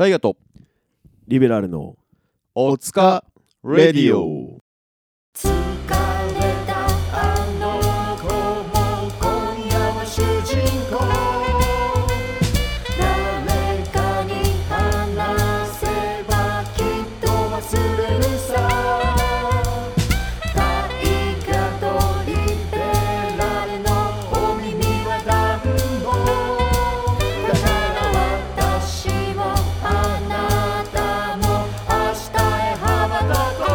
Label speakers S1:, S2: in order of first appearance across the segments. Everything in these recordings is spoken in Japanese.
S1: 大河と
S2: リベラルの
S1: おつかレディオ。
S3: 疲れたあの子も今夜は主人公。誰かに話せばきっと忘れるさ。大河とリベラルのお耳は暖房。だから私もあなたも明日へ羽ばたこ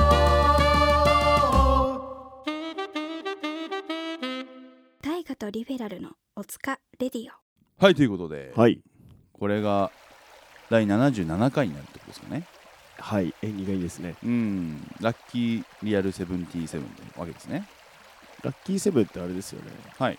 S3: う。
S4: 大河とリベラルのおつかレディオ。
S1: はい、ということで、
S2: はい
S1: これが第77回になるってことですよね。
S2: はい縁起がいいですね。
S1: ラッキーリアル77というわけですね。
S2: ラッキーセブンってあれですよね。
S1: はい。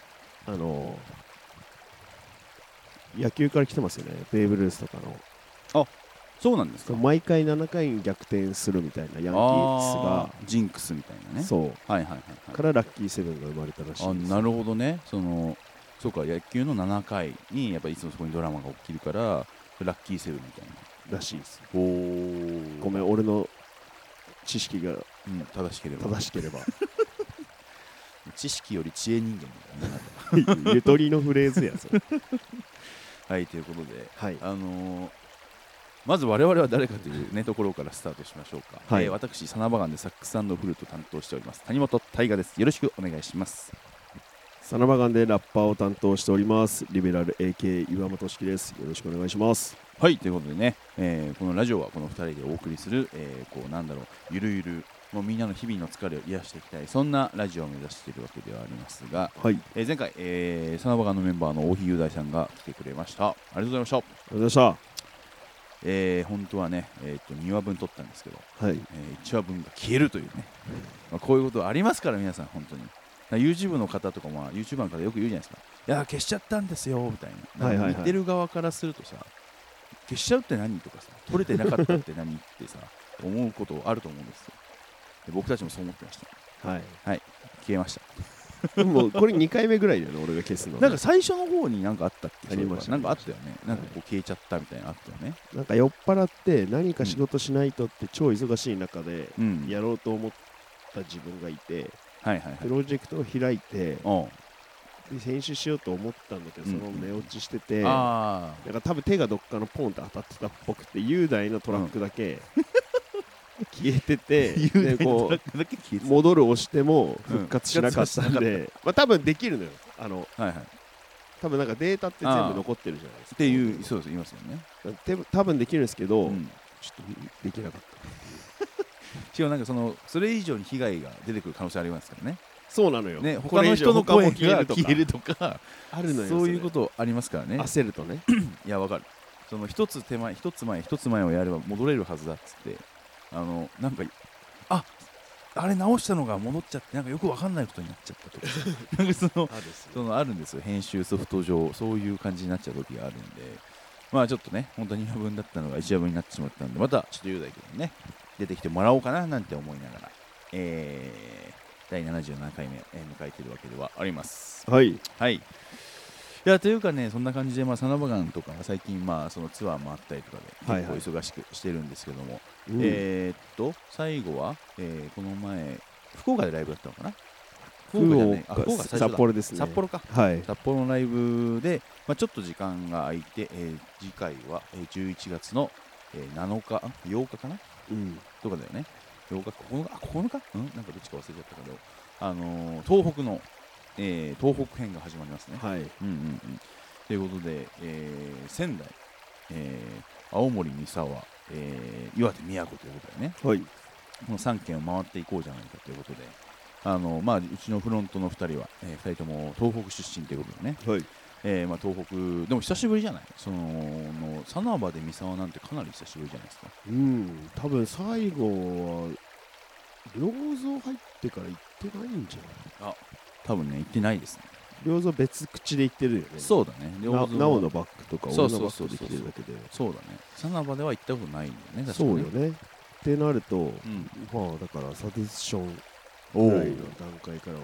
S2: 野球から来てますよね。ベーブ・ルースとかの
S1: そうなんですか。
S2: 毎回7回に逆転するみたいなヤンキースが
S1: ジンクスみたいなね。
S2: そう
S1: はいはいはいはい。
S2: からラッキーセブンが生まれたらしいんです。
S1: なるほどね。そうか、野球の7回にやっぱりいつもそこにドラマが起きるからラッキーセブンみたいな
S2: らしいです。
S1: おー、
S2: ごめん俺の知識が
S1: 正しければ
S2: 正しければ
S1: 知識より知恵人間みたいな
S2: ゆとりのフレーズやそれ
S1: はい、ということで、
S2: はい
S1: まず我々は誰かという、ね、ところからスタートしましょうか。
S2: はい
S1: 私、サナバガンでサックス&フルート担当しております谷本大河です。よろしくお願いします。
S2: サナバガンでラッパーを担当しておりますリベラル AK 岩本式です。よろしくお願いします。
S1: はい、ということでね、このラジオはこの2人でお送りする、ゆるゆるもうみんなの日々の疲れを癒していきたい、そんなラジオを目指しているわけではありますが、
S2: はい
S1: 前回、サナバガンのメンバーの大日雄大さんが来てくれました。ありがとうございました。
S2: ありがとうございま
S1: 本当はね、2話分撮ったんですけど、
S2: した。はい
S1: 1話分が消えるというね、こういうことありますから皆さん本当に。YouTube の方とかも YouTuber の方よく言うじゃないですか。いや消しちゃったんですよみたいな。
S2: はいはいはい
S1: 見てる側からするとさ、消しちゃうって何とかさ、撮れてなかったって何ってさ思うことあると思うんですよ。で僕たちもそう思ってました。
S2: はい
S1: 消えました。
S2: でもこれ2回目ぐらいだよね俺が消すの。
S1: なんか最初の方になんかあったっけ。
S2: ありました
S1: なんかあったよね。なんかこう消えちゃったみたいなのあったよね。
S2: なんか酔っ払って何か仕事しないとって超忙しい中で
S1: うん。
S2: やろうと思った自分がいて、
S1: はいはいはい。
S2: プロジェクトを開いて
S1: おう
S2: で編集しようと思ったんだけど、
S1: うん
S2: その寝落ちしてて、
S1: あ
S2: なんか多分手がどっかのポンって当たってたっぽくて雄大のトラックだけ消えてて、でこ
S1: だけ消えて
S2: う
S1: た。
S2: 戻る押しても復活しなかったん
S1: 復活はしな
S2: で、まあ多分できるのよ。
S1: はいはい。
S2: 多分なんかデータって全部残ってるじゃないですか。
S1: っていう、そうです、言いますよね。
S2: 多分できるんですけど、
S1: うん
S2: ちょっとできなかった。
S1: しかもなんかそれ以上に被害が出てくる可能性ありますからね。
S2: そうなのよ。
S1: ね、
S2: これ以上
S1: 他の人の声が
S2: 他も
S1: 消えるとか、
S2: あるのよ。
S1: そういうことありますからね。
S2: 焦るとね。
S1: いや、わかる。その一つ前をやれば戻れるはずだっつって、なんか、あれ直したのが戻っちゃって、なんかよくわかんないことになっちゃったとか、なんかあるんですよ。編集ソフト上、そういう感じになっちゃう時があるんで、まあちょっとね、本当に2話分だったのが1話分になってしまったんで、またちょっと雄大君にね、出てきてもらおうかななんて思いながら、第77回目、迎えているわけではあります。
S2: はい。
S1: はい。いやというかね、そんな感じで、サナバガンとか最近、そのツアーもあったりとかで
S2: はいはい
S1: 結構忙しくしてるんですけども、
S2: うん
S1: 最後は、この前福岡でライブだったのかな。
S2: 福岡
S1: 最初だ
S2: 札幌ですね。
S1: 札幌か。
S2: はい。
S1: 札幌のライブで、ちょっと時間が空いて、次回は、11月の、7日8日かな
S2: うん。
S1: とかだよね。8日9日9日なんかどっちか忘れちゃったけど、東北の、東北編が始まりますね。
S2: はい。
S1: ということで、仙台、青森、三沢、岩手、宮古ということでね、
S2: はい。
S1: この3県を回っていこうじゃないかということで、うちのフロントの2人は、2人とも東北出身ということでね、
S2: はい。
S1: 東北、でも久しぶりじゃない、サナバで三沢なんてかなり久しぶりじゃないですか。
S2: うん。多分最後は良造入ってから行ってないんじゃない？
S1: 多分ね、行ってないですね。
S2: 良造別口で行ってるよね。
S1: そうだね。
S2: なおのバックとか俺
S1: そう
S2: のバ
S1: そうそうそう
S2: ックで来てるだけで。
S1: そうだね。サナバでは行ったことないんだよね、確かに。
S2: そうよね。ってなると、
S1: うん。
S2: まあだからサディション
S1: お
S2: ぐらいの段階からは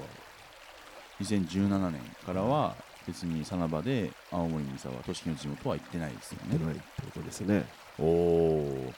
S1: 2017年からは別にサナバで青森、三沢、都市の地元は行ってないですよね。
S2: 行ってないってことですね。
S1: おおお、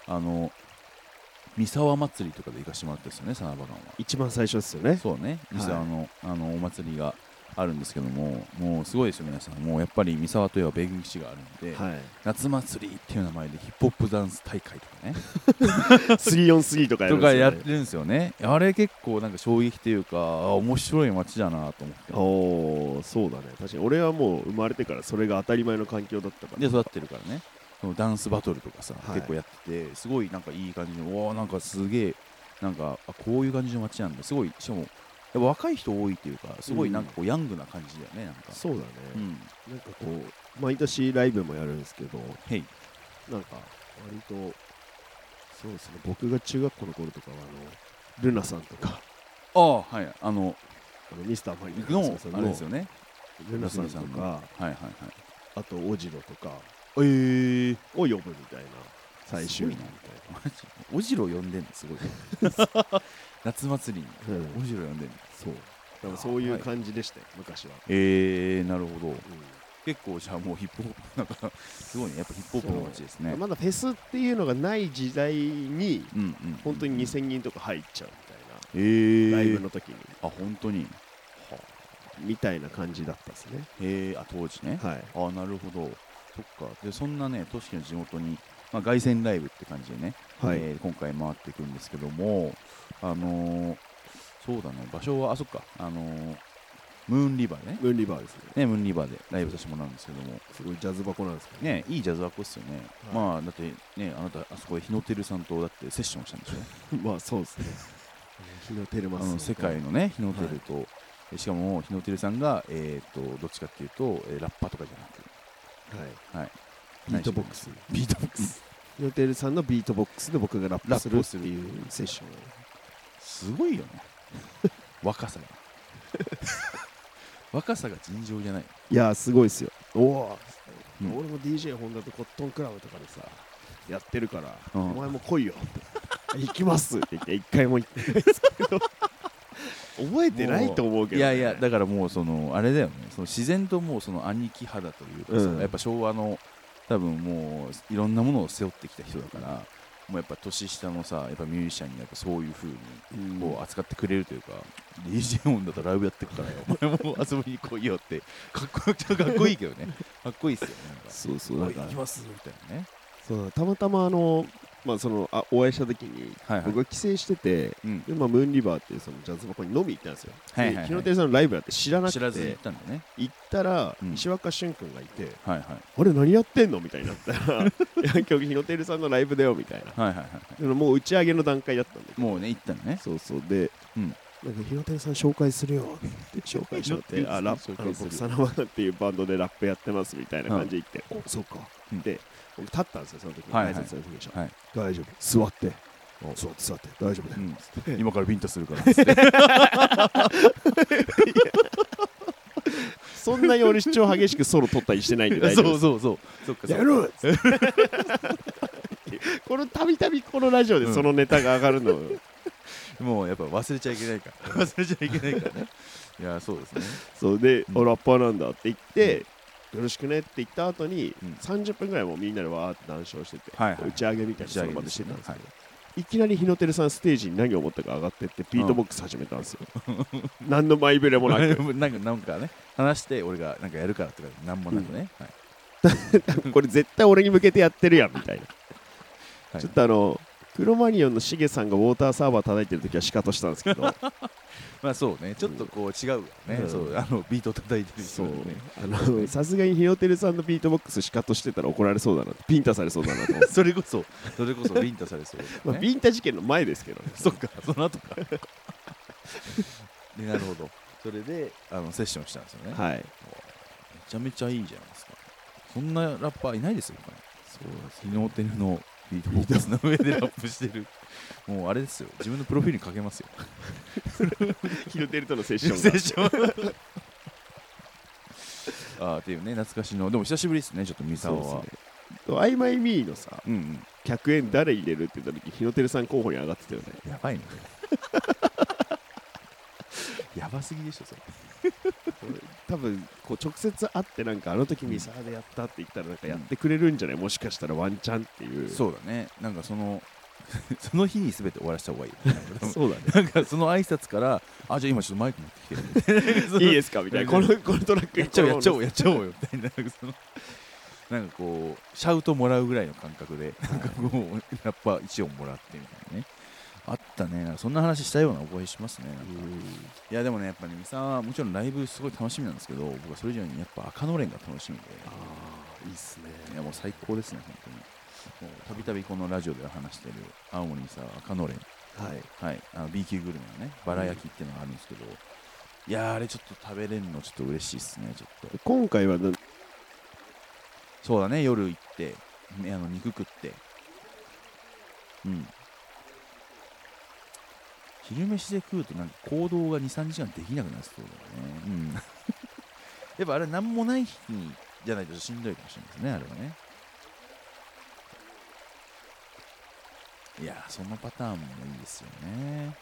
S1: 三沢祭りとかで行かしてもらったんですよね、サナバガンは。
S2: 一番最初ですよね。
S1: そうね、三沢の、お祭りがあるんですけども、もうすごいですよ皆さん。もうやっぱり三沢といえば米軍基地があるんで、
S2: はい、
S1: 夏祭りっていう名前でヒップホップダンス大会とかね
S2: 3on3 とかやるんですよね。
S1: とかやってるんですよね。あれ結構なんか衝撃というか、面白い街だなと思って。
S2: おー、そうだね。確かに俺はもう生まれてからそれが当たり前の環境だったから。
S1: で育ってるからね。そのダンスバトルとかさ、
S2: はい
S1: 結構やってて、すごいなんかいい感じの、おーなんかすげえ、なんかこういう感じの街なんだ。すごい、しかもやっぱ若い人多いっていうか、すごいなんかこうヤングな感じだよね、なんか。
S2: そうだね、
S1: うん。
S2: なんかこう毎年ライブもやるんですけど、
S1: へい。
S2: なんか割とそうですね、僕が中学校の頃とかはルナさんとか
S1: ああ、はい。
S2: ミスターマリ
S1: 行くのも
S2: さん
S1: あれですよね。
S2: ルナさんと
S1: 娘
S2: か、
S1: はいはいはい。
S2: あとオジロとか
S1: ええ。
S2: を呼ぶみたいな、最終日みたい
S1: マジおじろ呼んでんのすごい夏祭りに
S2: な、
S1: おじろ呼んでんの。
S2: そうだからそういう感じでしたよ、昔は、
S1: なるほど。
S2: う
S1: 結構じゃあもうヒップホップなんかすごいね、やっぱヒップホップの街ですね。
S2: ん、まだフェスっていうのがない時代に
S1: うんうん。
S2: 本当に2000人とか入っちゃうみたいな、ライブの時に
S1: あ、本当に。
S2: みたいな感じだったですね。
S1: 当時ね。
S2: はい、
S1: あ、なるほど。そっか。でそんなね、都市の地元に、凱旋ライブって感じでね、
S2: はい、
S1: 今回回っていくんですけども、そうだね、場所は、あ、そっか、ムーンリバーね。
S2: ムーンリバーですね。
S1: ムーンリバーでライブさせてもらうんですけども、
S2: すごいジャズ箱なんですけど
S1: ね、いいジャズ箱っすよね。
S2: はい
S1: だってね、あなた、あそこで日野照さんとだってセッションしたんでしょ
S2: まあそうですね。日野照正
S1: 世界のね、日野照と、しかも日野照さんが、どっちかっていうと、ラッパとかじゃなく、
S2: はい、
S1: はい、
S2: ビートボックス、
S1: ビートボックス。
S2: 日野照さんのビートボックスで僕がラップするっていうセッションを。
S1: すごいよね。若さが。若さが尋常じゃない。
S2: いやーすごいですよ。おお、
S1: うん
S2: 俺も DJ ホンダとコットンクラブとかでさやってるから、
S1: うん
S2: お前も来いよって行きますって言って一回も行ってないですけど覚えてないと思うけど、ね、
S1: いやいや、だからもうあれだよね、その自然ともうその兄貴肌というかさ、やっぱ昭和の多分もういろんなものを背負ってきた人だから、もうやっぱ年下のさ、やっぱミュージシャンにやっぱそういう風にこう扱ってくれるというか、DJ 音だとライブやってくからよ、お前も遊びに来いよってかっこいいけどね、かっこいいっすよね。なんか
S2: そうそう、なんか
S1: 行きますみたいなね。
S2: そうたまたままあお会いした時に、
S1: はいはい、
S2: 僕が帰省してて、
S1: うん
S2: でムーンリバーっていうそのジャズ箱に飲み行ったんですよ。
S1: はいはいはい、
S2: で日野照さんのライブやって知らなくて、
S1: 知らずに行ったんだね。
S2: 行ったら、
S1: うん
S2: 石若俊君がいて、
S1: はいはい
S2: あれ何やってんのみたいになったらいや今日日野照さんのライブだよみたいな、
S1: はいはいはい
S2: でももう打ち上げの段階だったんで、
S1: もうね行ったのね。
S2: そうそうで、
S1: うん
S2: なんか日野照さん紹介するよって紹介しよってあラップ僕サナバナっていうバンドでラップやってますみたいな感じで言って、おそうか、
S1: うん
S2: で僕立ったんですよその時に、
S1: はいはい
S2: 挨拶する時にしたら、
S1: はい
S2: 大丈夫座って座って大丈夫だよ、
S1: うん、今からビンタするからっつって
S2: そんなに俺主張激しくソロ取ったりしてないんで大丈夫です
S1: そうそっか
S2: やろうこのたびたびこのラジオでそのネタが上がるの、
S1: もうやっぱ忘れちゃいけないから忘れちゃいけないからね。いやそうですね。
S2: そうで、ラッパーなんだって言って、よろしくねって言った後に、
S1: うん
S2: 30分ぐらいもうみんなでわーって談笑してて、
S1: はいはい
S2: 打ち上げみたいなその場でしてたんですけど、
S1: はい
S2: いきなり日野照さんステージに何を思ったか上がってってビートボックス始めたんですよ、何の前触れもなく
S1: なんかね話して俺がなんかやるからとかなんもなくね、
S2: これ絶対俺に向けてやってるやんみたいな、
S1: はい
S2: ちょっとクロマニオンのシゲさんがウォーターサーバー叩いてる時はシカトしたんですけど
S1: まあそうね、ちょっとこう違うよね、
S2: うん
S1: そうビート叩いてる
S2: そう
S1: 人ね。
S2: さすがに日野照さんのビートボックスシカトしてたら怒られそうだなピンタされそうだなと思って
S1: それこそビンタされそうだよね、
S2: まあ、ビンタ事件の前ですけどね
S1: そっか、その後かでなるほど、それでセッションしたんですよね。
S2: はい
S1: めちゃめちゃいいじゃないですか。そんなラッパーいないですよ、他に。
S2: そうです
S1: 日野照のビートボックスの上でラップしてるもうあれですよ、自分のプロフィールに書けますよ
S2: 日野照とのセッション
S1: セッションっていうね、懐かしの、でも久しぶりですね、ちょっと三沢は。
S2: アイマイミーのさ
S1: うんうん、
S2: 100円誰入れるって言った時日野照さん候補に上がってたよね。
S1: やばいねやばすぎでしょそれ
S2: 多分こう直接会ってなんかあの時三沢でやったって言ったらなんかやってくれるんじゃない、もしかしたらワンチャンっていう。
S1: そうだね、なんかそのその日に全て終わらせた方がいいよね。
S2: そうだね。
S1: なんかその挨拶からじゃあ今ちょっとマイク持ってきてる
S2: いいですかみたいな、このトラック
S1: やっちゃおうよみたいな、なんかこうシャウトもらうぐらいの感覚でなんかこうラッパ1音もらってみたいなね、あったね。なんかそんな話したような覚えしますね。なんかいやでもね、やっぱね、三沢はもちろんライブすごい楽しみなんですけど、僕はそれ以上にやっぱ赤のれんが楽しみで、
S2: いいっすね。
S1: いやもう最高ですね、本当に。もうたびたびこのラジオでは話してる青森にさ赤のれん、はい、B 級グルメのねバラ焼きっていうのがあるんですけど、いやーあれちょっと食べれるのちょっと嬉しいですね。ちょっと
S2: 今回は
S1: そうだね、夜行って肉食って、昼飯で食うとなんか行動が 2,3 時間できなくなるそうだよね。やっぱあれなんもない日にじゃないとしんどいかもしれないですね、あれはね。いやそのパターンもいいですよね。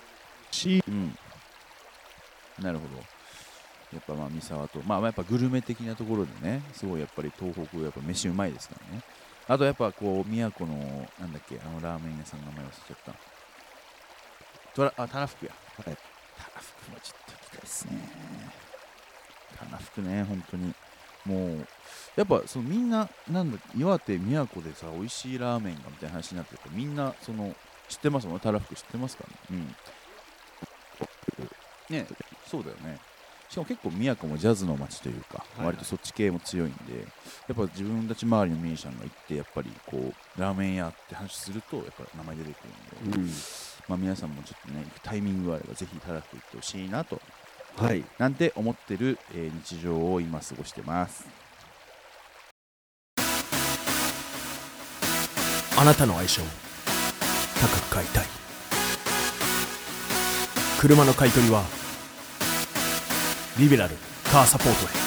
S1: なるほど。やっぱ三沢とやっぱグルメ的なところでね、すごいやっぱり東北やっぱ飯うまいですからね。あとやっぱこう宮古のなんだっけ、ラーメン屋さんの名前忘れちゃった。たらふくや。たらふくもちょっと行きたいですね。たらふくね、本当にもうやっぱそのみんななんだ岩手宮古でさ美味しいラーメンがみたいな話になってると、みんなその知ってますもん。たらふく知ってますかね。ね、そうだよね。しかも結構宮古もジャズの街というか、割とそっち系も強いんで、やっぱ自分たち周りのミュージシャンが行ってやっぱりこうラーメン屋って話するとやっぱ名前出てくるんで、皆さんもちょっとね行くタイミングがあればぜひたらふく行ってほしいなと、なんて思ってる、日常を今過ごしてます。
S5: あなたの愛車を高く買いたい。車の買い取りはリベラルカーサポートへ。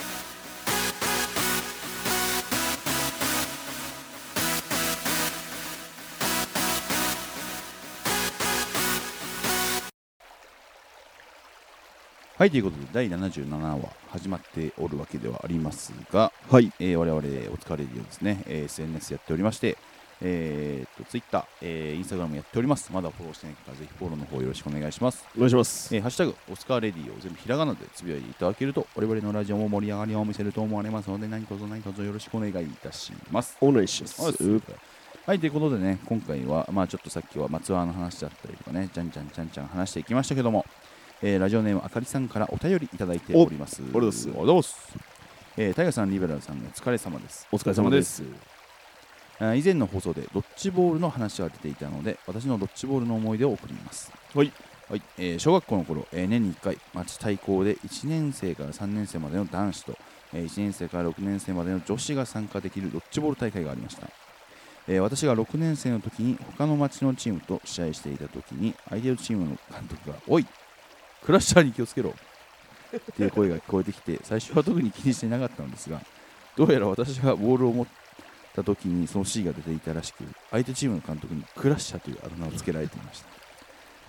S1: はい、ということで第77話始まっておるわけではありますが、我々お疲れディオですね、SNS やっておりまして、Twitter、Instagram やっております。まだフォローしてない方はぜひフォローの方よろしくお願いします。
S2: お願いします。
S1: ハッシュタグオスカーレディを全部ひらがなでつぶやいていただけると我々のラジオも盛り上がりを見せると思われますので、何卒よろしくお願いいたします。
S2: お願いします。
S1: はい、ということでね、今回はちょっとさっきはツアーの話だったりとかね、じゃん話していきましたけども、ラジオネームあかりさんからお便りいただいております。
S2: おります。
S1: タイガさん、リベラルさん、お疲れ様です。
S2: お疲れ様です。
S1: 以前の放送でドッジボールの話が出ていたので、私のドッジボールの思い出を送ります。小学校の頃、年に1回町対抗で1年生から3年生までの男子と、1年生から6年生までの女子が参加できるドッジボール大会がありました。私が6年生の時に他の町のチームと試合していた時に、相手のチームの監督がおいクラッシャーに気をつけろっていう声が聞こえてきて、最初は特に気にしていなかったのですが、どうやら私がボールを持った時にその C が出ていたらしく、相手チームの監督にクラッシャーというあだ名をつけられていました。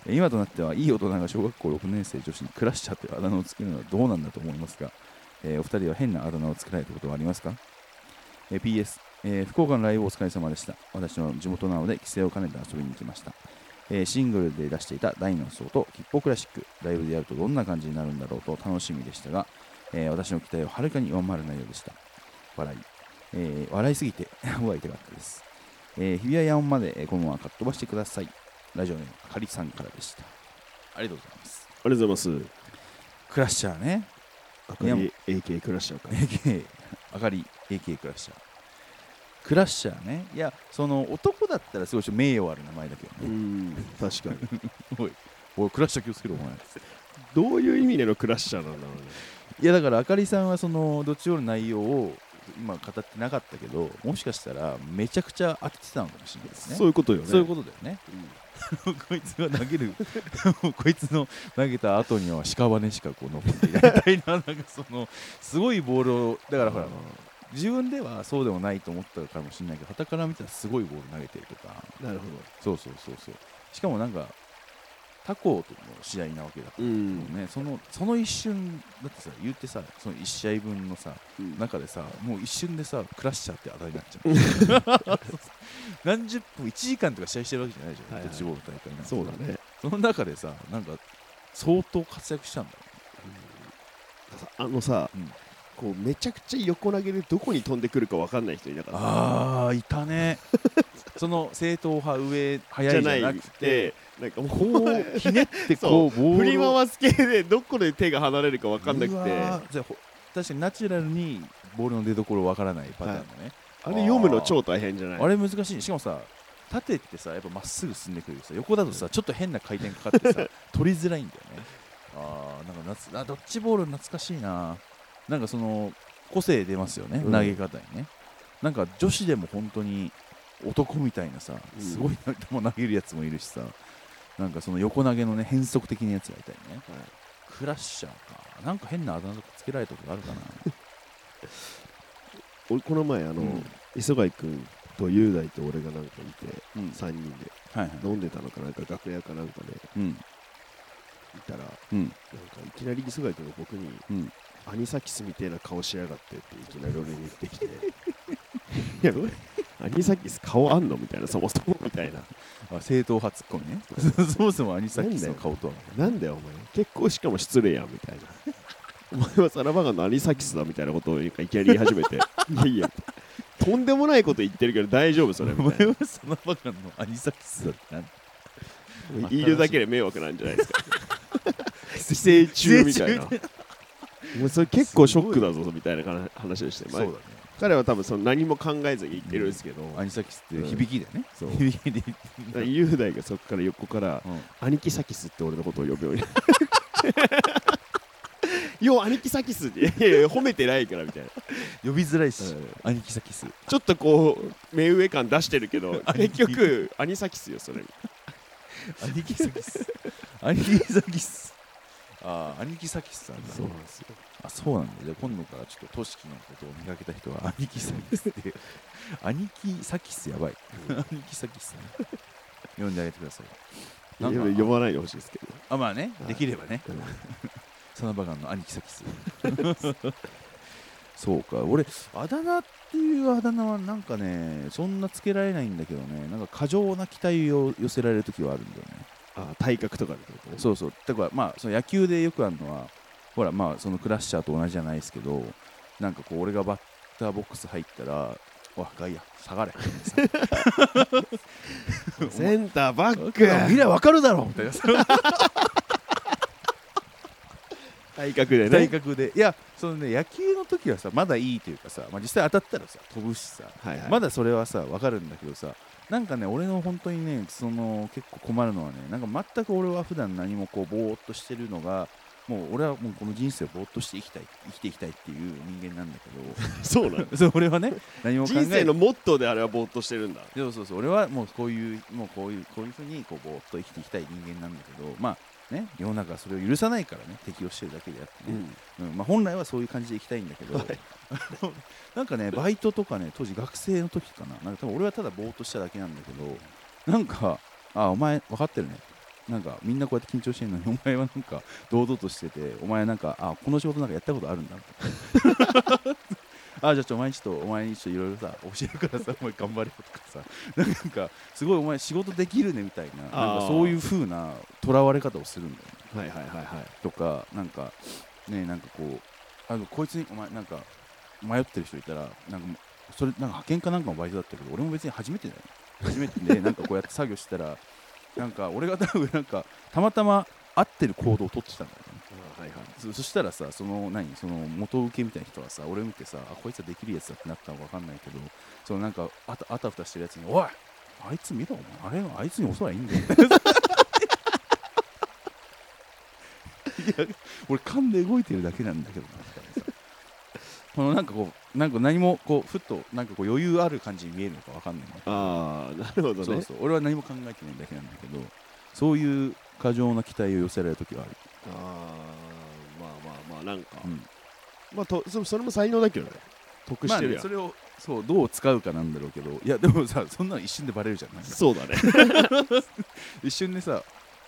S1: 今となってはいい大人が小学校6年生女子にクラッシャーというあだ名をつけるのはどうなんだと思いますが、お二人は変なあだ名をつけられたことはありますか？ PS、福岡のライブお疲れ様でした。私の地元なので帰省を兼ねて遊びに行きました。シングルで出していたダイナソーとキッポクラシック、ライブでやるとどんな感じになるんだろうと楽しみでしたが、私の期待をはるかに上回る内容でした。笑いすぎて顎が痛かったです。日比谷野音までこのままかっ飛ばしてください。ラジオネームあかりさんからでした。ありがとうございます。
S2: ありがとうございます。
S1: クラッシャーね。
S2: あかり AK クラッシャーか。
S1: AK あかり AK クラッシャー。クラッシャーね。いや、その男だったらすごい名誉ある名前だけどね。
S2: 確かに。
S1: おいクラッシャー気をつけろお前。
S2: どういう意味でのクラッシャーなんだろうね。
S1: いやだからあかりさんはそのどっちよる内容を今語ってなかったけど、もしかしたらめちゃくちゃ当ててたのかもしれないですね。
S2: そういうことよね。
S1: そういうことだよね。こいつが投げるこいつの投げた後には屍しかこう残っていないみたいな、なんかそのすごいボールをだからほら自分ではそうでもないと思ったかもしれないけど、傍から見たらすごいボール投げてるとか。
S2: なるほど。
S1: そう。しかもなんか他校との試合なわけだから、
S2: うん
S1: ね、その一瞬だってさ言ってさその1試合分のさ、中でさもう一瞬でさクラッシャーってあだになっちゃう何十分1時間とか試合してるわけじゃないじゃん、ドッジボール大会なんて。
S2: そうだね。
S1: その中でさなんか相当活躍したんだよ、
S2: さ、
S1: うん
S2: こうめちゃくちゃ横投げでどこに飛んでくるか分かんない人いなかった。
S1: あーいたねその正統派上速いじゃなくて
S2: なんかもう
S1: こうひねってこうボールを
S2: 振り回す系でどこで手が離れるか分かんなくて、
S1: うわーじゃあ確かにナチュラルにボールの出所分からないパターンのね、
S2: あれ読むの超大変じゃない？
S1: あれ難しい。しかもさ縦ってさやっぱまっすぐ進んでくるさ、横だとさちょっと変な回転かかってさ取りづらいんだよね。なんかドッジボール懐かしいな。なんかその個性出ますよね、投げ方にね。なんか女子でも本当に男みたいなさすごい球投げるやつもいるしさ、なんかその横投げのね変則的なやつがいたりね、クラッシャーかなんか変なあだ名とかつけられたことあるかな
S2: 俺この前磯貝君と雄大と俺がなんかいて、
S1: うん
S2: 3人で
S1: はいはい
S2: 飲んでたのかなんか楽屋かなんかで
S1: うん
S2: いたら、
S1: うん
S2: なんかいきなり磯貝君が僕に、
S1: うん
S2: アニサキスみたいな顔しやがってっていきなり俺に言ってきていやアニサキス顔あんのみたいな、そもそもみたいな。
S1: 正統派ツッコミねそもそもアニサキスの顔とは
S2: なんだよお前、結構しかも失礼やんみたいなお前はサラバガンのアニサキスだみたいなことをいきなり言い始めていやいやとんでもないこと言ってるけど大丈夫それみ
S1: お
S2: たいな
S1: 前はサラバガンのアニサキスだってなん
S2: いるだけで迷惑なんじゃないですか寄生虫みたいなもうそれ結構ショックだぞみたいな話をして、
S1: そうだね。
S2: 彼は多分その何も考えずに言ってるんですけど、
S1: アニサキスって響きだよね。
S2: そう
S1: 響きで言って
S2: 雄大がそこから横から、
S1: うん
S2: 兄貴サキスって俺のことを呼ぶようによう兄貴サキスっていやいや褒めてないからみたいな、
S1: 呼びづらいし
S2: うん、
S1: アニサキス。
S2: ちょっとこう目上感出してるけど
S1: 兄貴
S2: 結局アニサキスよそれ。
S1: アニキサキス。アニキサキス。ああ、アニキサキスさんだ。
S2: そうなんですよ。
S1: あ、そうなんだ。じゃあ今度からちょっとトシキのことを見かけた人はアニキサキスって。アニキサキスやばい。アニキサキスね。呼んであげてください。なんか
S2: 呼ばないでほしいですけど。
S1: あ、まあね、
S2: はい
S1: できればね。
S2: うん
S1: サナバガンのアニキサキス。そうか、俺、あだ名っていうあだ名はなんかね、そんなつけられないんだけどね、なんか過剰な期待を寄せられるときはあるんだよね。
S2: 体格とかでってこと？
S1: そうそう、だからまあ、その野球でよくあるのは、ほら、まあ、そのクラッシャーと同じじゃないですけど、なんかこう、俺がバッターボックス入ったら、おい、外野、下がれ。
S2: センターバック
S1: 見りゃ分かるだろみたいな。
S2: 体格でね。
S1: 体格で。いや、そのね、野球の時はさ、まだいいというかさ、まあ、実際当たったらさ、飛ぶしさ、
S2: はいはい、
S1: まだそれはさ分かるんだけどさ、なんかね俺の本当にねその結構困るのはね、なんか全く俺は普段何もこうぼーっとしてるのが、もう俺はもうこの人生をぼーっとして生きていきたいっていう人間なんだけ
S2: そうなの
S1: どそう俺はね何も考え
S2: 人生のモットーであれはぼーっとしてるんだ。
S1: そうそうそう、俺はもうこういうふうにこうぼーっと生きていきたい人間なんだけど、まあね、世の中はそれを許さないからね適応してるだけであってね、まあ、本来はそういう感じでいきたいんだけど、
S2: はい
S1: なんかねバイトとかね当時学生の時かな、なんか多分俺はただぼーっとしただけなんだけど、なんかお前分かってるね、なんかみんなこうやって緊張してるのにお前はなんか堂々としてて、お前なんかこの仕事なんかやったことあるんだじゃあお前にちょっといろいろさ教えるからさお前頑張れよとかさ、なんかすごいお前仕事できるねみたいな、なんかそういう風なとらわれ方をするんだよね。
S2: はいはいはいはい。
S1: とかなんかね、なんかこうこいつにお前なんか迷ってる人いたら、なんかそれなんか派遣かなんかのバイトだったけど、俺も別に初めてだよ。初めてでなんかこうやって作業してたら、なんか俺が多分なんかたまたま合ってる行動を取ってたんだよね。
S2: はいはい。
S1: そしたらさ、その元請けみたいな人はさ、俺を見てさ、こいつはできるやつだってなったのか分かんないけど、そのなんかあたふたしてるやつに、おいあいつ見ろお前、あいつに襲わりゃいいんだよいや俺勘で動いてるだけなんだけどなみたいなさ、このなんかこうなんか何もこうふっとなんかこう余裕ある感じに見えるのか分かんないんだけど、
S2: なるほどね。
S1: そうそう、俺は何も考えてないだけなんだけど、そういう過剰な期待を寄せられる時はある。
S2: まあなんか、
S1: うん、
S2: まあそれも才能だけどね。得してるやん。
S1: それをそうどう使うかなんだろうけど、いやでもさ、そんなの一瞬でバレるじゃない。
S2: そうだね。
S1: 一瞬でさ、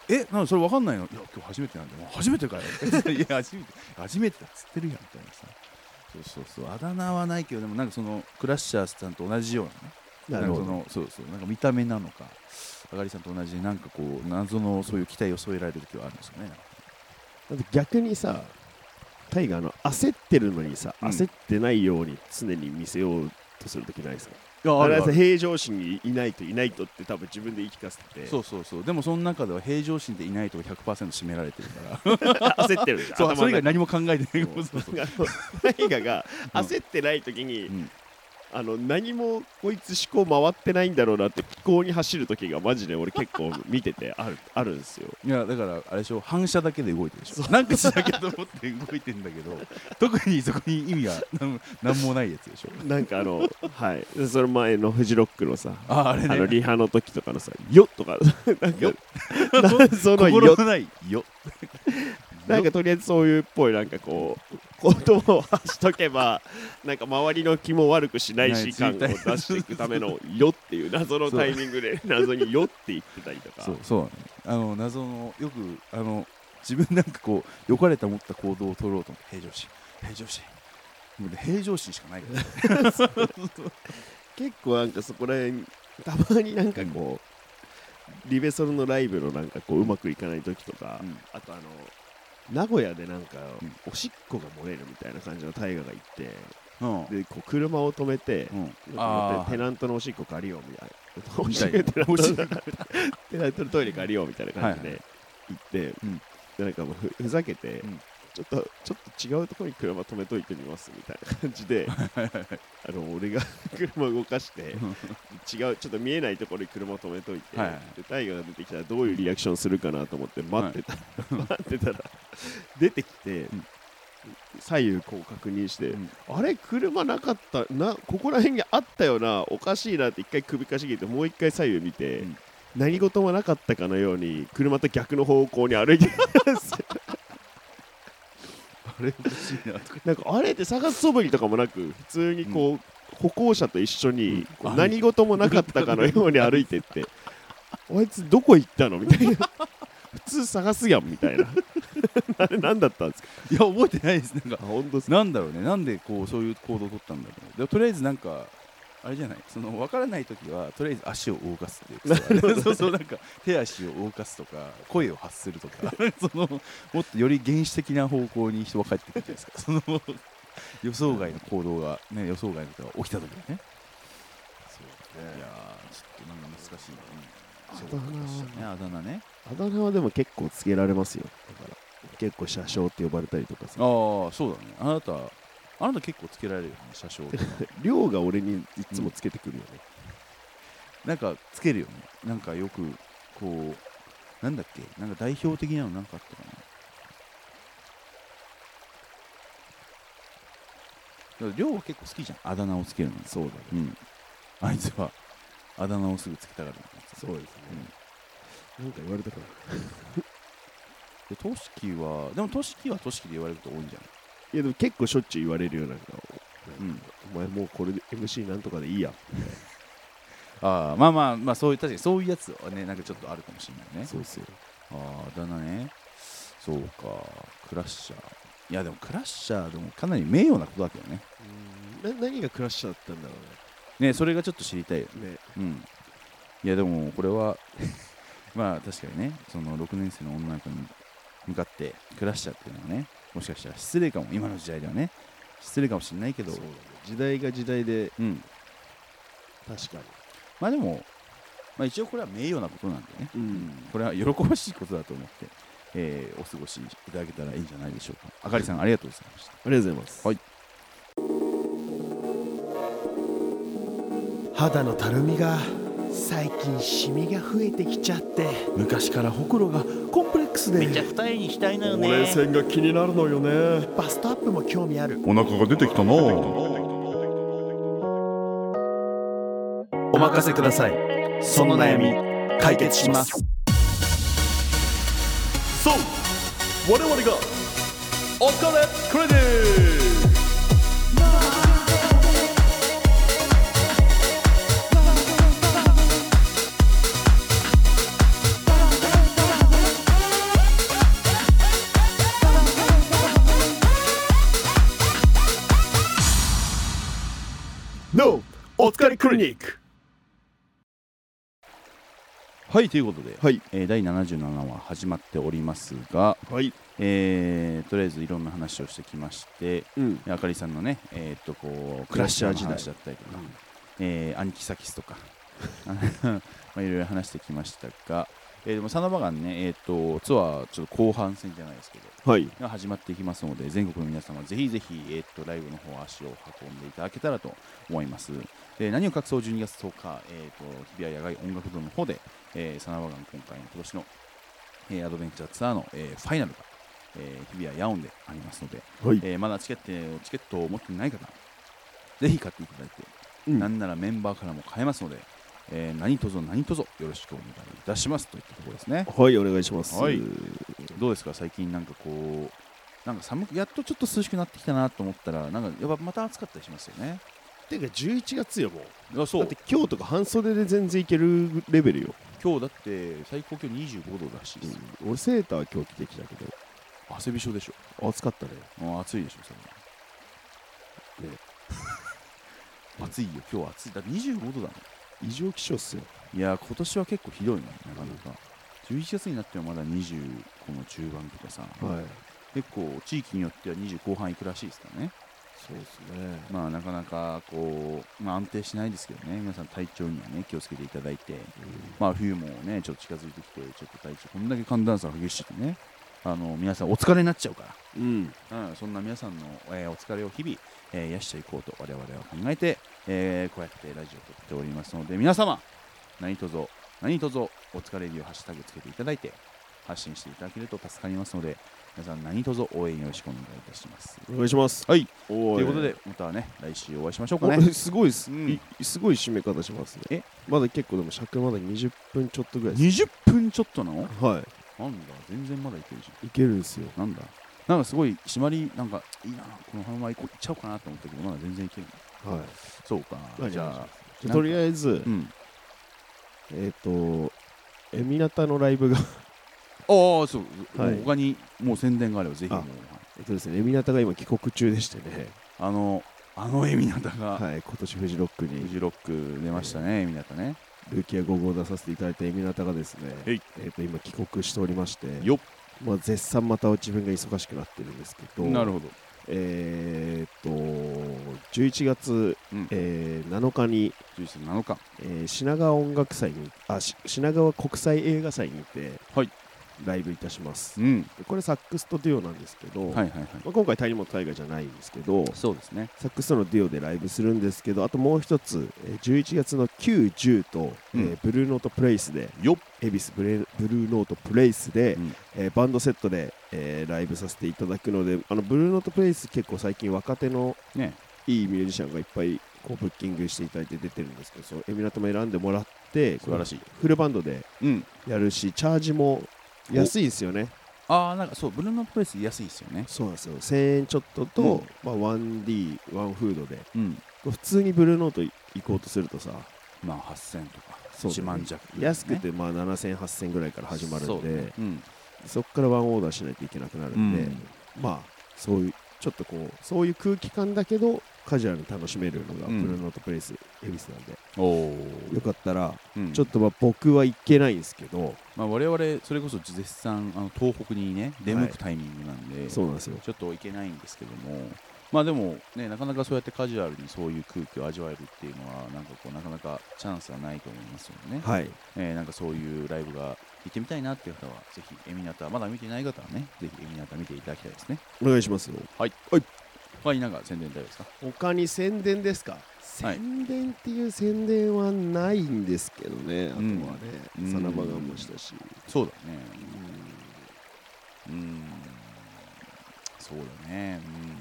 S1: なんかそれ分かんないの？いや今日初めてなんで、もう初めてかよいや初めてだっつってるやんみたいなさ。そうあだ名はないけど、でもなんかそのクラッシャーさんと同じようなね、なんかそのそうなんか見た目なのか、あがりさんと同じなんかこう謎のそういう期待を添えられる時はあるんですよね。
S2: だって逆にさ、タイが焦ってるのにさ、焦ってないように常に見せようとする時ないですか？あれは平常心にいないとって多分自分で言い聞かせてて、
S1: そうでもその中では平常心でいないと 100% 占められてるから
S2: 焦ってるじゃん。
S1: そう、それ以外何も考えてない
S2: タイガが焦ってない時に、何もこいつ思考回ってないんだろうなって気候に走る時がマジで俺結構見ててあるんですよ。
S1: いやだからあれでしょ、反射だけで動いてるでしょ。なんかしなきゃと思って動いてんだけど特にそこに意味はなんもないやつでしょ。
S2: なんかはいその前のフジロックのさ、
S1: あれね、
S2: リハの時とかのさよっとかなんかその
S1: 心のないよ
S2: なんかとりあえずそういうっぽいなんかこう言葉を発しとけばなんか周りの気も悪くしないし感を出していくためのよっていう謎のタイミングで謎によって言ってたりとか、
S1: そう謎のよく自分なんかこうよかれと思った行動を取ろうと思って平常心もう平常心しかないから
S2: 結構なんかそこら辺たまになんかこう、リベソルのライブのなんかこううまくいかない時とか、あと名古屋でなんかおしっこが漏れるみたいな感じのタイガが行って、でこう車を止めて、テナントのおしっこ借りようみたいな、テナントのトイレ借りようみたいな感じで行って、でなんかもうふざけて、ちょっと違うところに車止めといてみますみたいな感じで俺が車を動かしてちょっと見えないところに車を止めといて、でタイガが出てきたらどういうリアクションするかなと思って待ってたら出てきて、左右こう確認して、あれ車なかったな、ここら辺にあったよな、おかしいなって一回首かしげてもう一回左右見て、何事もなかったかのように車と逆の方向に歩いてます
S1: あれ欲しいなとか
S2: なんかあれって探す素振りとかもなく普通にこう、歩行者と一緒に何事もなかったかのように歩いてってあいつどこ行ったのみたいな普通探すやんみたいなあれ何だったんですか？
S1: いや覚えてないです。
S2: 本当
S1: なんだろうね、なんでこうそういう行動を取ったんだろう。でとりあえずなんかあれじゃない、その分からないときはとりあえず足を動かすっていうそうなんか手足を動かすとか声を発するとかそのもっとより原始的な方向に人は帰ってくるじゃないですか。その予想外の行動がね、予想外のことが起きたときにね。そうね。いやーちょっとなんか難しいね。あだ名ね。
S2: あだ名はでも結構つけられますよ。だから結構車掌って呼ばれたりとかさ。
S1: ああそうだね。あなた結構つけられるよね、車掌とか
S2: 亮が俺にいつもつけてくるよね、
S1: なんかつけるよね。なんかよくこうなんだっけ、なんか代表的なのなんかあったかな。亮は結構好きじゃん、あだ名をつけるの。
S2: そうだね、
S1: あいつはあだ名をすぐつけたがる。
S2: そうですね、なんか言われたかな
S1: でトシキはで言われること多いんじゃない？
S2: いやでも結構しょっちゅう言われるよ。なんか、お前もうこれで MC なんとかでいいや。
S1: まあそういう確かにそういうやつはね、なんかちょっとあるかもしれないね。
S2: そうですよ。
S1: あだ名ね。そうか、クラッシャー。いやでもクラッシャーでもかなり名誉なことだけどね。
S2: 何がクラッシャーだったんだろうね。
S1: ね、それがちょっと知りたいよね。いやでもこれはまあ確かにね、その6年生の女の子に向かってクラッシャーっていうのはね、もしかしたら失礼かも、今の時代ではね失礼かもしれないけど、
S2: そうだね、時代が時代で、確かに。
S1: まあでも、一応これは名誉なことなんでね、これは喜ばしいことだと思って、お過ごしいただけたらいいんじゃないでしょうか。あかりさんありがとうございました。
S2: ありがとうございます。
S1: はい。
S5: 肌のたるみが最近シミが増えてきちゃって、昔からほくろがコンプレックスで
S6: めっちゃ二重にしたいのよ
S2: ほうれい
S6: ね。
S2: 線が気になるのよね。
S5: バストアップも興味ある。
S1: お腹が出てきたな。
S5: お任せください。その悩み解決します。
S2: そう我々がお金クレディお疲れクリニック。
S1: はいということで、
S2: はい
S1: 第77話始まっておりますが、
S2: はい、
S1: とりあえずいろんな話をしてきまして、あかりさんのね、こうクラッシャーの話だったりとか、アニキサキスとかいろいろ話してきましたが、でもサナバガンね、ツアーちょっと後半戦じゃないですけど、
S2: はい、
S1: が始まっていきますので、全国の皆様ぜひぜひ、ライブの方足を運んでいただけたらと思います。何を隠そう12月10日、日比谷野外音楽堂の方で、サナバガン今回の今年の、アドベンチャーツアーの、ファイナルが、日比谷野音でありますので、
S2: はい、
S1: まだチケットを持っていない方、ぜひ買っていただいて、なんならメンバーからも買えますので、何卒よろしくお願いいたしますといったところですね。
S2: はい、お願いします。
S1: はい、どうですか最近なんかこうなんかやっとちょっと涼しくなってきたなと思ったらなんかやっぱまた暑かったりしますよね。
S2: てか11月よもう。
S1: そう
S2: だって今日とか半袖で全然いけるレベルよ。
S1: 今日だって最高気温25度らしいです、
S2: 俺セーター今日着てきたけど
S1: 汗びしょでしょ。
S2: 暑かったね。
S1: 暑いでしょそれね暑いよ今日暑いだって25度だもん。
S2: 異常気象っすよ。
S1: いや今年は結構ひどいねなかなか、11月になってもまだ20この中盤とかさ、結構地域によっては20後半いくらしいですからね。
S2: そうですね。
S1: まあなかなかこう、安定しないですけどね、皆さん体調にはね気をつけていただいて、まあ冬もねちょっと近づいてきて、ちょっと体調こんだけ寒暖差が激しいとね、皆さんお疲れになっちゃうから、そんな皆さんの、お疲れを日々、癒していこうと我々は考えて、こうやってラジオを撮っておりますので、皆様何卒お疲れりをハッシュタグつけていただいて発信していただけると助かりますので、皆さん何卒応援よろしくお願いいたします。
S2: お願いします。
S1: はい。ということでまたね来週お会いしましょうかね。
S2: すごいすごい締め方しますね。まだ結構でも尺まだ20分ちょっとぐらいです。
S1: 20分ちょっとなの？
S2: はい。
S1: なんだ全然まだいけるじゃん。
S2: いけるんですよ。
S1: なんだなんかすごい締まりなんかいいな、このままいっちゃおうかなと思ったけどまだ全然いける。
S2: はい。
S1: そうか。じゃあ
S2: とりあえずエミナタのライブが
S1: そう、他にもう宣伝があればぜひもう
S2: ですね、エミナタが今帰国中でしてね、
S1: あのエミナタが
S2: 今年フジロックに
S1: フジロック出ましたね。エミナタね、
S2: ルーキア5号出させていただいたエミナタがですね、今帰国しておりまして、絶賛また自分が忙しくなってるんですけど、
S1: なるほど。
S2: 11月、7日に品川音楽祭に品川国際映画祭にて、ライブいたします。これサックスとデュオなんですけど、今回谷本大河じゃないんですけど、
S1: そうですね、
S2: サックスとのデュオでライブするんですけど、あともう一つ11月の9、10と、ブルーノートプレイスで恵比寿ブルーノートプレイスで、バンドセットで、ライブさせていただくので、ブルーノートプレイス結構最近若手のいいミュージシャンがいっぱいこうブッキングしていただいて出てるんですけど、そのエミナトも選んでもらって
S1: 素晴らしい
S2: フルバンドでやるし、チャージも安いですよね。
S1: なんかそう、ブルーノートプレイス安いですよね。
S2: そうなんですよ。1000円ちょっとと、1D、ワンフードで、普通にブルーノート行こうとするとさ、
S1: 8000とか1万弱、
S2: 安くて7000、8000ぐらいから始まるんで、そこからワンオーダーしないといけなくなるんで、そういうちょっとこうそういう空気感だけどカジュアルに楽しめるのがブルーノートプレイス恵比寿なんで、よかったら、ちょっと僕は行けないんですけど、
S1: 我々それこそ絶賛東北にね出向くタイミングなんで、
S2: そうなんですよ。
S1: ちょっと行けないんですけども、でもね、なかなかそうやってカジュアルにそういう空気を味わえるっていうのはなかなかチャンスはないと思いますよね。なんかそういうライブが行ってみたいなっていう方はぜひエミナタまだ見てない方はね、ぜひエミナタ見ていただきたいですね。
S2: お願いしますよ。
S1: 他になんか宣伝大丈夫ですか？
S2: 他に宣伝ですか？宣伝っていう宣伝はないんですけどね。あとはね、サナバガンもしたし。
S1: そうだね。そうだね。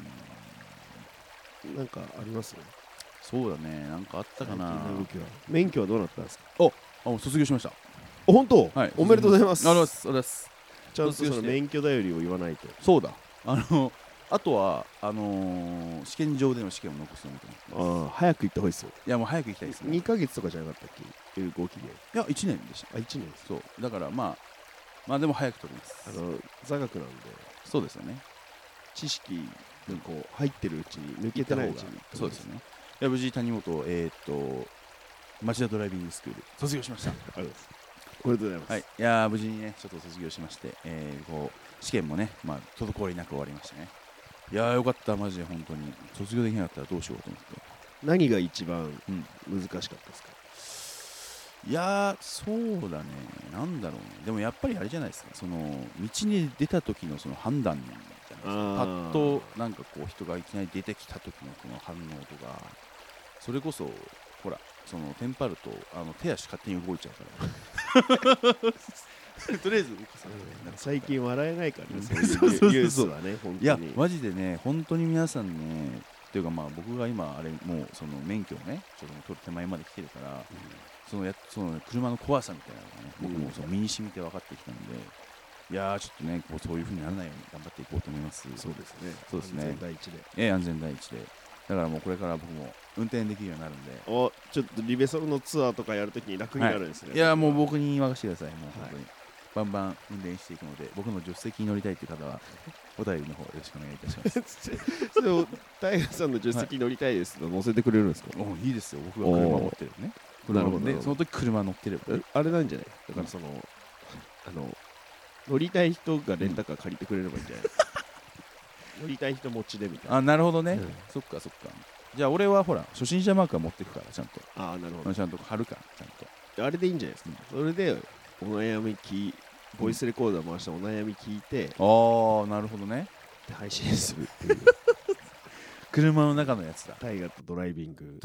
S2: なんかあります？
S1: そうだね。なんかあったかな。
S2: 免許はどうなったんですか？
S1: 卒業しました。
S2: 本当？おめでとうございます。
S1: ありがとうございます。
S2: ちゃんとその免許頼りを言わないと。
S1: そうだ。あとは試験場での試験を残すのみたいな。
S2: 早く行った方がいいですよ。
S1: いやもう早く行きたいですね。
S2: 2ヶ月とかじゃなかったっけ？有効期限。
S1: いや1年でした。
S2: 1年。
S1: そうだからまあでも早く取ります。
S2: 座学なんで。
S1: そうですよね。
S2: 知識がこう入ってるうちに抜けてないうちに。
S1: そうですよね。 や無事谷本町田ドライビングスクール卒業しました。
S2: おめでとうございます。
S1: はい、いや無事にねちょっと卒業しまして、こう試験もねまあ滞りなく終わりましたね。いやよかったマジで本当に卒業できなかったらどうしようと思って。
S2: 何が一番難しかったですか？
S1: いやそうだねなんだろうねでもやっぱりあれじゃないですかその道に出た時のその判断じゃないですか。パッとなんかこう人がいきなり出てきた時のこの反応とかそれこそほらそのテンパると手足勝手に動いちゃうからとりあえず動かさない、
S2: 最近笑えないからね
S1: そう
S2: そういうニュースはね本当に。
S1: いやマジでね本当に皆さんねっていうかまあ僕が今あれもうその免許をねちょっと取る手前まで来てるから、その車の怖さみたいなのがね僕もその身に染みて分かってきたんで、いやーちょっとねこうそういう風にならないように頑張っていこうと思います。
S2: そうですね。
S1: そうですね。
S2: 安全第一で。
S1: 安全第一で。だからもうこれから僕も運転できるようになるんで。
S2: ちょっとリベソルのツアーとかやるときに楽になるんですね。
S1: いやもう僕に任せてください。もう本当に、バンバン運転していくので僕の助手席に乗りたいという方はお便りの方よろしくお願いいたします。
S2: それをタイガーさんの助手席乗りたいですと乗せてくれるんですか？
S1: いいですよ。僕が車持ってるね。
S2: なるほど。
S1: でその時車乗ってれば
S2: あれなんじゃない？だからその乗りたい人がレンタカー借りてくれればいいんじゃない？乗りたい人持ちでみたいな。
S1: なるほどね。そっかそっか。じゃあ俺はほら初心者マークは持ってくからちゃんと。
S2: なるほど。
S1: ちゃんと貼るからちゃんと。
S2: あれでいいんじゃないですか。それでお悩みボイスレコーダー回してお悩み聞いて、
S1: なるほどね。
S2: で配信するっていう
S1: 車の中のやつだ。
S2: タイガーとドライビング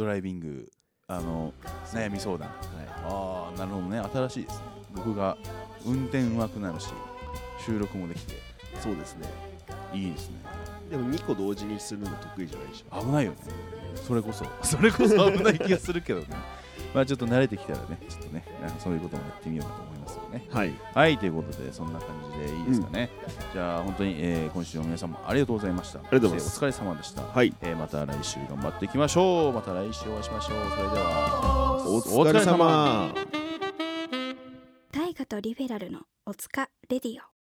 S1: 悩み相談。なるほどね。新しいですね。僕が運転上手くなるし収録もできて。
S2: そうですね。
S1: いいですね。
S2: でも2個同時にするの得意じゃないでしょ。
S1: 危ないよね。それこそ危ない気がするけどね。まあちょっと慣れてきたらねちょっとねそういうこともやってみようかと思いますよね。はいということでそんな感じでいいですかね。じゃあ本当に今週も皆さんもありがとうございました。
S2: ありがとうございます。
S1: お疲れ様でした。また来週頑張っていきましょう。また来週お会いしましょう。それでは
S2: お疲れ様。
S4: 大河とリベラルのおつかレディオ。